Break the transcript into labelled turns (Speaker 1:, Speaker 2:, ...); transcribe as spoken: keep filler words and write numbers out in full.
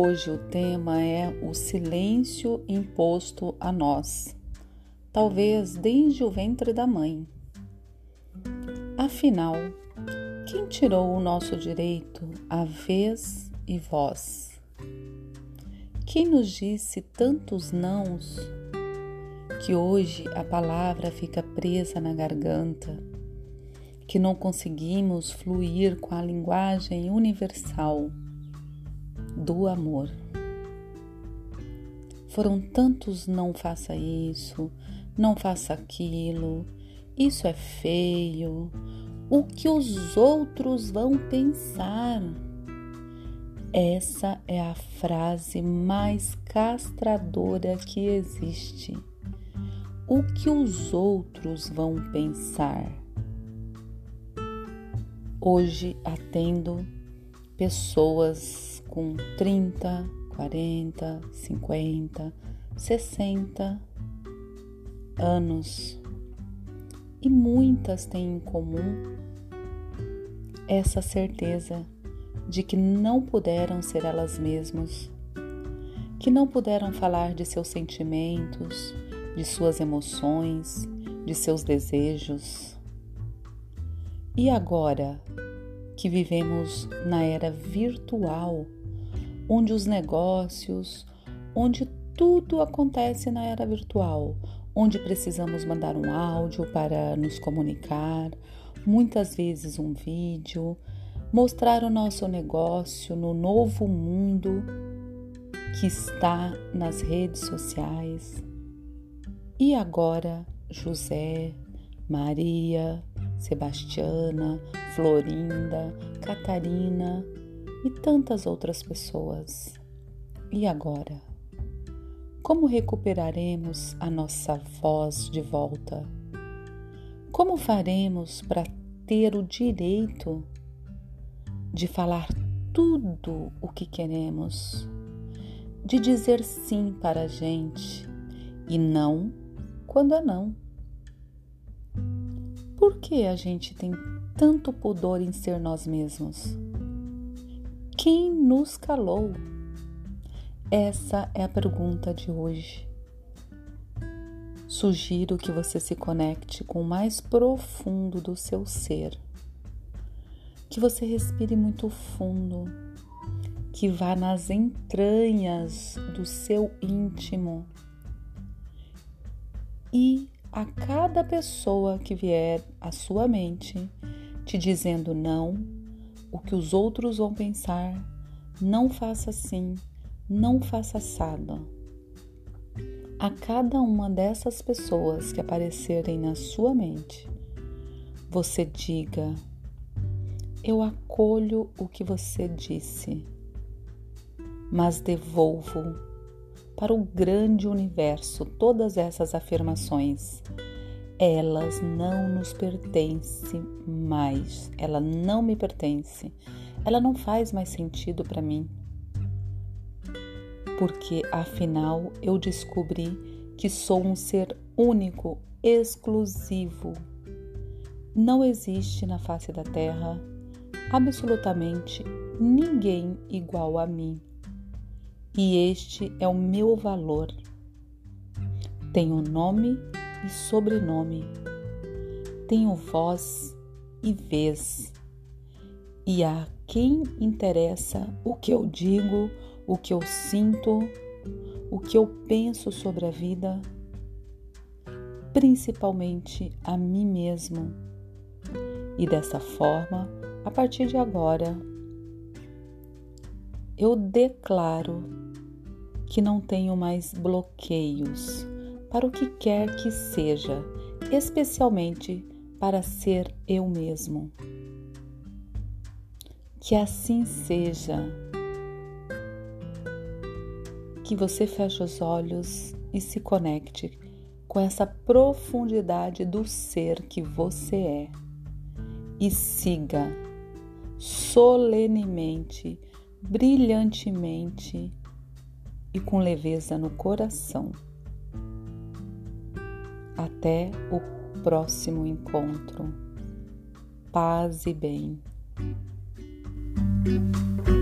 Speaker 1: Hoje o tema é o silêncio imposto a nós, talvez desde o ventre da mãe. Afinal, quem tirou o nosso direito à vez e voz? Quem nos disse tantos nãos que hoje a palavra fica presa na garganta, que não conseguimos fluir com a linguagem universal do amor? Foram tantos não faça isso, não faça aquilo, isso é feio, o que os outros vão pensar. Essa é a frase mais castradora que existe. O que os outros vão pensar? Hoje atendo pessoas com trinta, quarenta, cinquenta, sessenta anos e muitas têm em comum essa certeza de que não puderam ser elas mesmas, que não puderam falar de seus sentimentos, de suas emoções, de seus desejos. E agora que vivemos na era virtual, onde os negócios, onde tudo acontece na era virtual, onde precisamos mandar um áudio para nos comunicar, muitas vezes um vídeo, mostrar o nosso negócio no novo mundo que está nas redes sociais. E agora, José, Maria, Sebastiana, Florinda, Catarina e tantas outras pessoas. E agora? Como recuperaremos a nossa voz de volta? Como faremos para ter o direito de falar tudo o que queremos, de dizer sim para a gente e não quando é não? Por que a gente tem tanto pudor em ser nós mesmos? Quem nos calou? Essa é a pergunta de hoje. Sugiro que você se conecte com o mais profundo do seu ser, que você respire muito fundo, que vá nas entranhas do seu íntimo e a cada pessoa que vier à sua mente te dizendo não, o que os outros vão pensar, não faça assim, não faça assado. A cada uma dessas pessoas que aparecerem na sua mente, você diga: eu acolho o que você disse, mas devolvo para o grande universo todas essas afirmações. Elas não nos pertencem mais, ela não me pertence, ela não faz mais sentido para mim. Porque afinal eu descobri que sou um ser único, exclusivo. Não existe na face da Terra absolutamente ninguém igual a mim. E este é o meu valor. Tenho nome e sobrenome. Tenho voz e vez. E a quem interessa o que eu digo, o que eu sinto, o que eu penso sobre a vida, principalmente a mim mesmo. E dessa forma, a partir de agora, eu declaro que não tenho mais bloqueios para o que quer que seja, especialmente para ser eu mesmo. Que assim seja. Que você feche os olhos e se conecte com essa profundidade do ser que você é e siga solenemente, brilhantemente e com leveza no coração. Até o próximo encontro. Paz e bem.